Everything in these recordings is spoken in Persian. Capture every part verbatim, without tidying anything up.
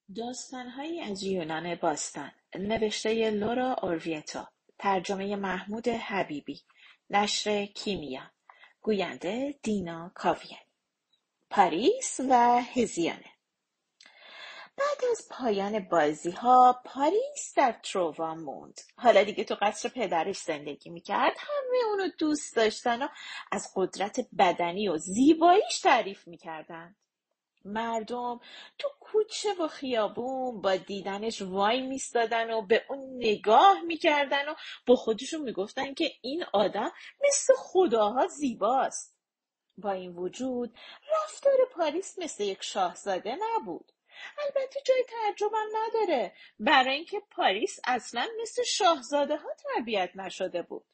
داستان‌هایی از یونان باستان، نوشته لورا اورویتو، ترجمه محمود حبیبی، نشر کیمیا، گوینده دینا کاویانی. پاریس و هزیانه. بعد از پایان بازی‌ها پاریس در تروا موند. حالا دیگه تو قصر پدرش زندگی میکرد. همه اونو دوست داشتن و از قدرت بدنی و زیباییش تعریف میکردن. مردم تو کوچه و خیابون با دیدنش وای میستادن و به اون نگاه میکردن و با خودشون میگفتن که این آدم مثل خداها زیباست. با این وجود رفتار پاریس مثل یک شاهزاده نبود. البته جای تعجبم نداره، برای اینکه پاریس اصلا مثل شاهزاده ها تربیت نشده بود.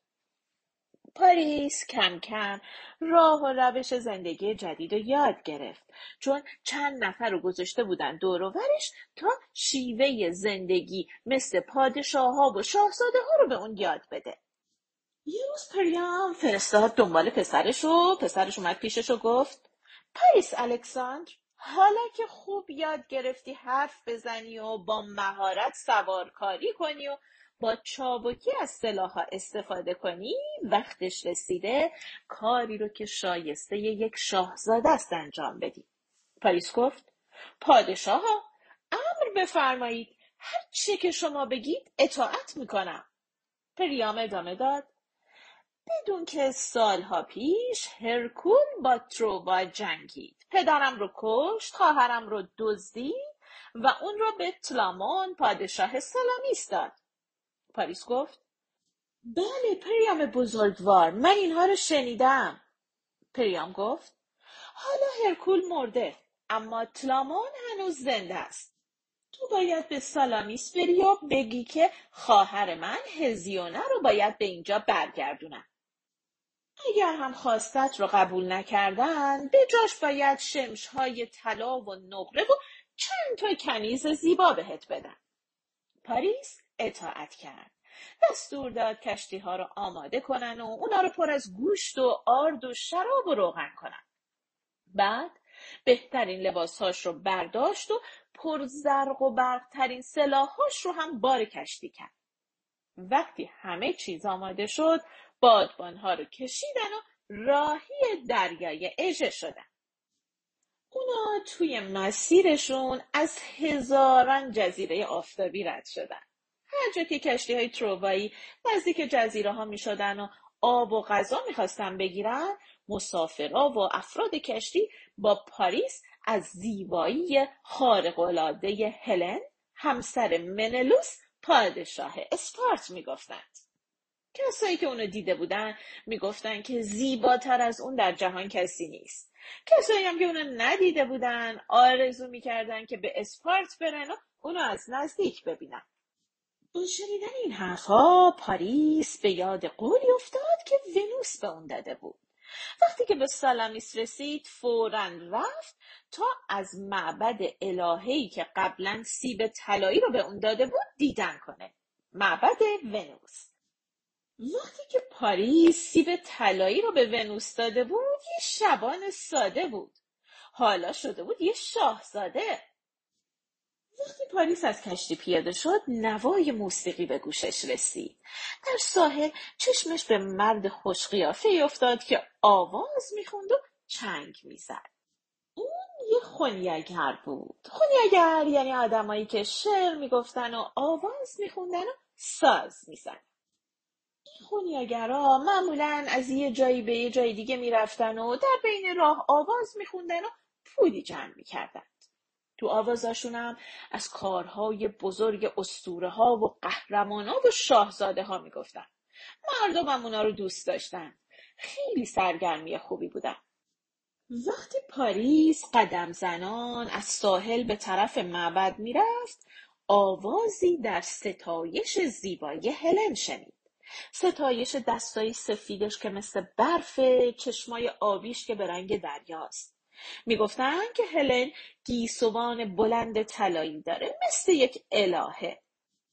پاریس کم کم راه و روش زندگی جدید رو یاد گرفت، چون چند نفر رو گذاشته بودن دور و برش تا شیوه زندگی مثل پادشاه ها و شاهزاده ها رو به اون یاد بده. یه روز پریام فرستاد دنبال پسرش و پسرش اومد پیشش و گفت: پاریس الکساندر، حالا که خوب یاد گرفتی حرف بزنی و با مهارت سوارکاری کنی و با چابکی از سلاح‌ها استفاده کنی، وقتش رسیده کاری رو که شایسته یک شاهزاده است انجام بدی. پاریس گفت: پادشاها، امر بفرمایید، هر چی که شما بگید اطاعت میکنم. پریام ادامه داد: بدون که سالها پیش هرکول با تروا جنگید، پدرم رو کشت، خواهرم رو دزدید و اون رو به تلامون پادشاه سلامیس داد. پاریس گفت: بله پریام بزرگوار، من اینها رو شنیدم. پریام گفت: حالا هرکول مرده، اما تلامون هنوز زنده است. تو باید به سلامیس بری و بگی که خواهر من هزیونه رو باید به اینجا برگردونم. اگر هم خواستت رو قبول نکردن، به جاش باید شمشهای طلا و نقره و چند تا کنیز زیبا بهت بدن. پاریس اطاعت کرد. دستور داد کشتی ها رو آماده کنن و اونا رو پر از گوشت و آرد و شراب و روغن کنن. بعد بهترین لباسهاش رو برداشت و پر زرق و برقترین سلاحاش رو هم بار کشتی کرد. وقتی همه چیز آماده شد، بادبانها رو کشیدن و راهی دریای اژه شدن. اونا توی مسیرشون از هزاران جزیره آفتابی رد شدن. هر جا که کشتی های تروایی نزدیک جزیره ها می شدن و آب و غذا می خواستن بگیرن، مسافرها و افراد کشتی با پاریس از زیبایی خارق‌العاده هلن، همسر منلوس پادشاه اسپارت می گفتند. کسایی که اونو دیده بودن می گفتن که زیباتر از اون در جهان کسی نیست. کسایی هم که اونو ندیده بودن آرزو می کردن که به اسپارت برن و اونو از نزدیک ببینن. با شنیدن این حرفها پاریس به یاد قولی افتاد که ونوس به اون داده بود. وقتی که به سلامیس رسید فوراً رفت تا از معبد الهه‌ای که قبلا سیب طلایی رو به اون داده بود دیدن کنه. معبد ونوس. وقتی که پاریس سیب طلایی رو به ونوس داده بود یه شبان ساده بود. حالا شده بود یه شاهزاده. وقتی پاریس از کشتی پیاده شد نوای موسیقی به گوشش رسید. در ساحل چشمش به مرد خوشقیافه افتاد که آواز میخوند و چنگ میزد. اون یه خنیاگر بود. خنیاگر یعنی آدمایی که شعر میگفتن و آواز میخوندن و ساز میزدن. این خنیاگرها معمولاً از یه جایی به یه جای دیگه میرفتن و در بین راه آواز میخوندن و پولی جمع میکردن. تو آوازاشون هم از کارهای بزرگ اسطوره‌ها و قهرمان‌ها و شاهزاده‌ها میگفتن. مردم هم اونا رو دوست داشتن. خیلی سرگرمی خوبی بودن. وقتی پاریس قدم زنان از ساحل به طرف معبد میرفت، آوازی در ستایش زیبایی هلن شنید. ستایش دستای سفیدش که مثل برف، چشمای آبیش که به رنگ دریاست. میگفتن که هلن گیسوان بلند طلایی داره مثل یک الهه.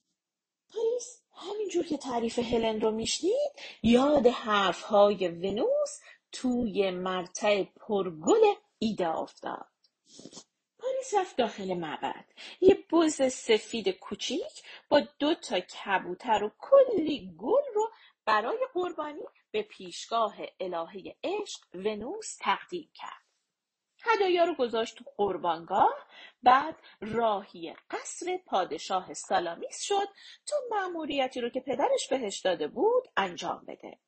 پاریس همینجور که تعریف هلن رو میشنید یاد حرفهای ونوس توی مرتع پرگل ایده افتاد. پاریس رفت داخل معبد. یه بز سفید کوچیک با دو تا کبوتر و کلی گل رو برای قربانی به پیشگاه الهه عشق ونوس تقدیم کرد. هدایا رو گذاشت تو قربانگاه. بعد راهی قصر پادشاه سالامیس شد تا مأموریتی رو که پدرش بهش داده بود انجام بده.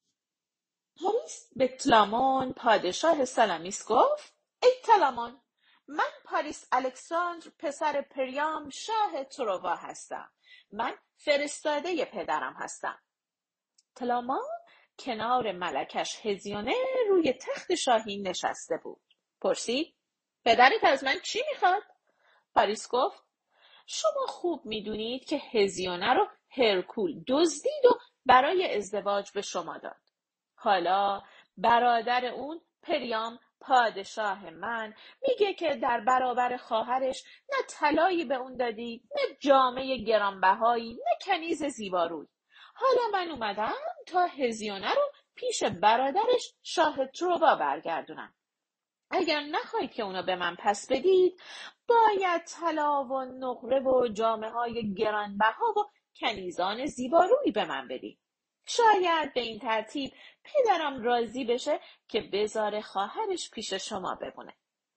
پاریس به تلامان پادشاه سالامیس گفت: ای تلامان، من پاریس الکساندر پسر پریام شاه تروا هستم. من فرستاده پدرم هستم. تلامان کنار ملکش هزیونه روی تخت شاهی نشسته بود. پرسید: پدرت از من چی میخواد؟ پاریس گفت: شما خوب میدونید که هزیونه رو هرکول دزدید و برای ازدواج به شما داد. حالا برادر اون پریام پادشاه من میگه که در برابر خواهرش نه طلایی به اون دادی، نه جامه گرانبهایی، نه کنیز زیباروی. حالا من اومدم تا هزیونه رو پیش برادرش شاه تروا برگردونم. اگر نخواهید که اونا به من پس بدید، باید طلا و نقره و جامه های گرانبها و کنیزان زیبارویی به من بدید. شاید به این ترتیب پدرم راضی بشه که بذاره خواهرش پیش شما بمونه.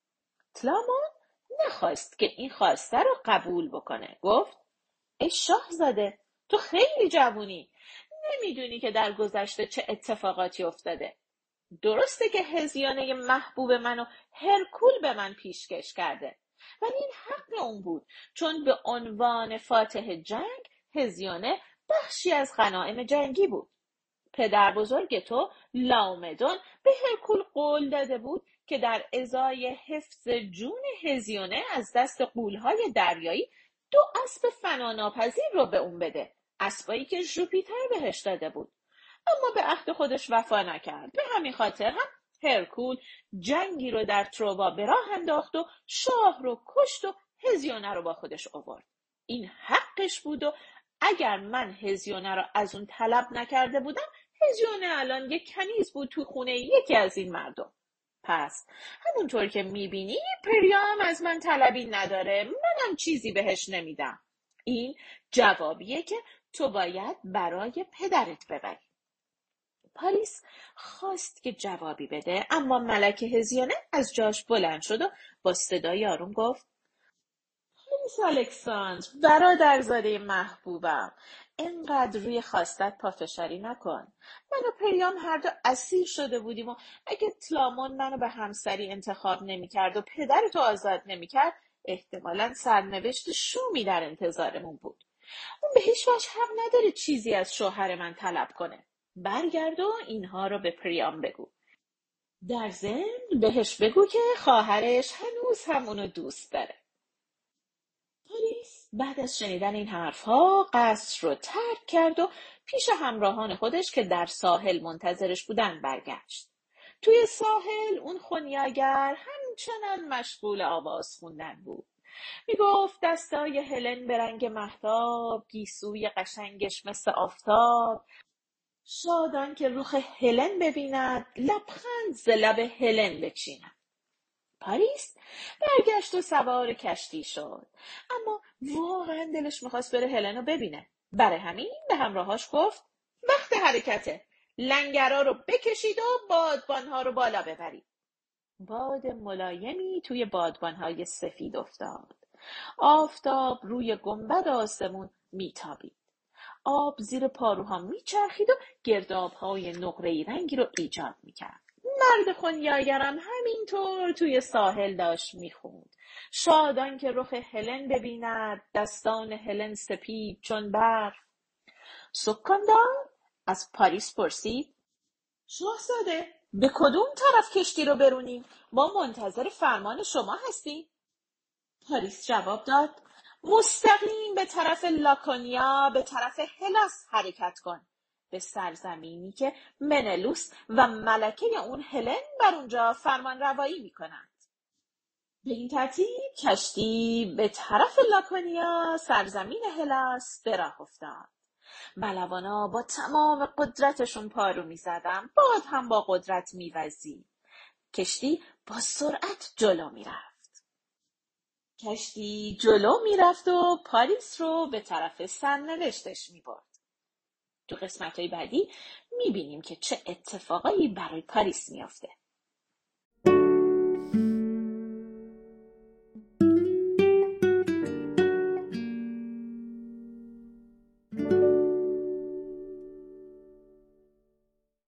تلامان نخواست که این خواسته رو قبول بکنه. گفت: ای شاهزاده، تو خیلی جوونی. نمیدونی که در گذشته چه اتفاقاتی افتاده. درسته که هزیانه محبوب منو هرکول به من پیشکش کرده، ولی این حق اون بود، چون به عنوان فاتح جنگ هزیانه بخشی از غنایم جنگی بود. پدر بزرگ تو لاومدون به هرکول قول داده بود که در ازای حفظ جون هزیانه از دست غول‌های دریایی دو اسب فناناپذیر رو به اون بده، اسبایی که ژوپیتر بهش داده بود. اما به عهد خودش وفا نکرد. به همین خاطر هم هرکول جنگی رو در تروا به راه انداخت و شاه رو کشت و هزیانه رو با خودش آورد. این حقش بود و اگر من هزیانه رو از اون طلب نکرده بودم، هزیانه الان یک کنیز بود تو خونه یکی از این مردم. پس همونطور که میبینی پریام از من طلبی نداره، منم چیزی بهش نمیدم. این جوابیه که تو باید برای پدرت ببری. پاریس خواست که جوابی بده، اما ملک هزیانه از جاش بلند شد و با صدای آروم گفت: پاریس الکساندر، برادرزاده محبوبم، اینقدر روی خواستت پافشاری نکن. من و پریام هر دو اسیر شده بودیم و اگه تلامان منو به همسری انتخاب نمی‌کرد و پدرتو آزاد نمی‌کرد، احتمالاً سرنوشت شومی در انتظارمون بود. اون به هیچ وجه حق نداره چیزی از شوهر من طلب کنه. برگرد و اینها رو به پریام بگو. در ضمن بهش بگو که خواهرش هنوز هم اونو دوست داره. پاریس بعد از شنیدن این حرفها قصر رو ترک کرد و پیش همراهان خودش که در ساحل منتظرش بودن برگشت. توی ساحل اون خونیاگر همچنان مشغول آواز خوندن بود. میگفت دستای هلن به رنگ مهتاب، گیسوی قشنگش مثل آفتاب، شادان که رخ هلن ببیند، لبخند ز لب هلن بچیند. پاریس برگشت و سوار کشتی شد، اما واقعا دلش میخواست بره هلن رو ببینه. برای همین به همراهاش گفت: وقت حرکته، لنگرها رو بکشید و بادبانها رو بالا ببرید. باد ملایمی توی بادبانهای سفید افتاد. آفتاب روی گنبد آسمون میتابید. آب زیر پاروها میچرخید و گردابهای نقره‌ای رنگی رو ایجاد میکرد. مرد خونیاگرم همینطور توی ساحل داشت میخوند: شادان که رخ هلن ببیند، دستان هلن سپید چون برف. سکاندار از پاریس پرسید: شاهزاده، به کدوم طرف کشتی رو برونیم؟ ما منتظر فرمان شما هستیم. پاریس جواب داد: مستقیم به طرف لاکونیا، به طرف هلاس حرکت کن، به سرزمینی که منلوس و ملکه اون هلن بر اونجا فرمان روایی می کنند. به این ترتیب کشتی به طرف لاکونیا، سرزمین هلاس، به راه افتاد. بلوانا با تمام قدرتشون پارو می زدن، باد هم با قدرت می وزید. کشتی با سرعت جلو می رفت. کشتی جلو میرفت و پاریس رو به طرف سرنوشتش میبرد. تو قسمت‌های بعدی میبینیم که چه اتفاقایی برای پاریس میافته.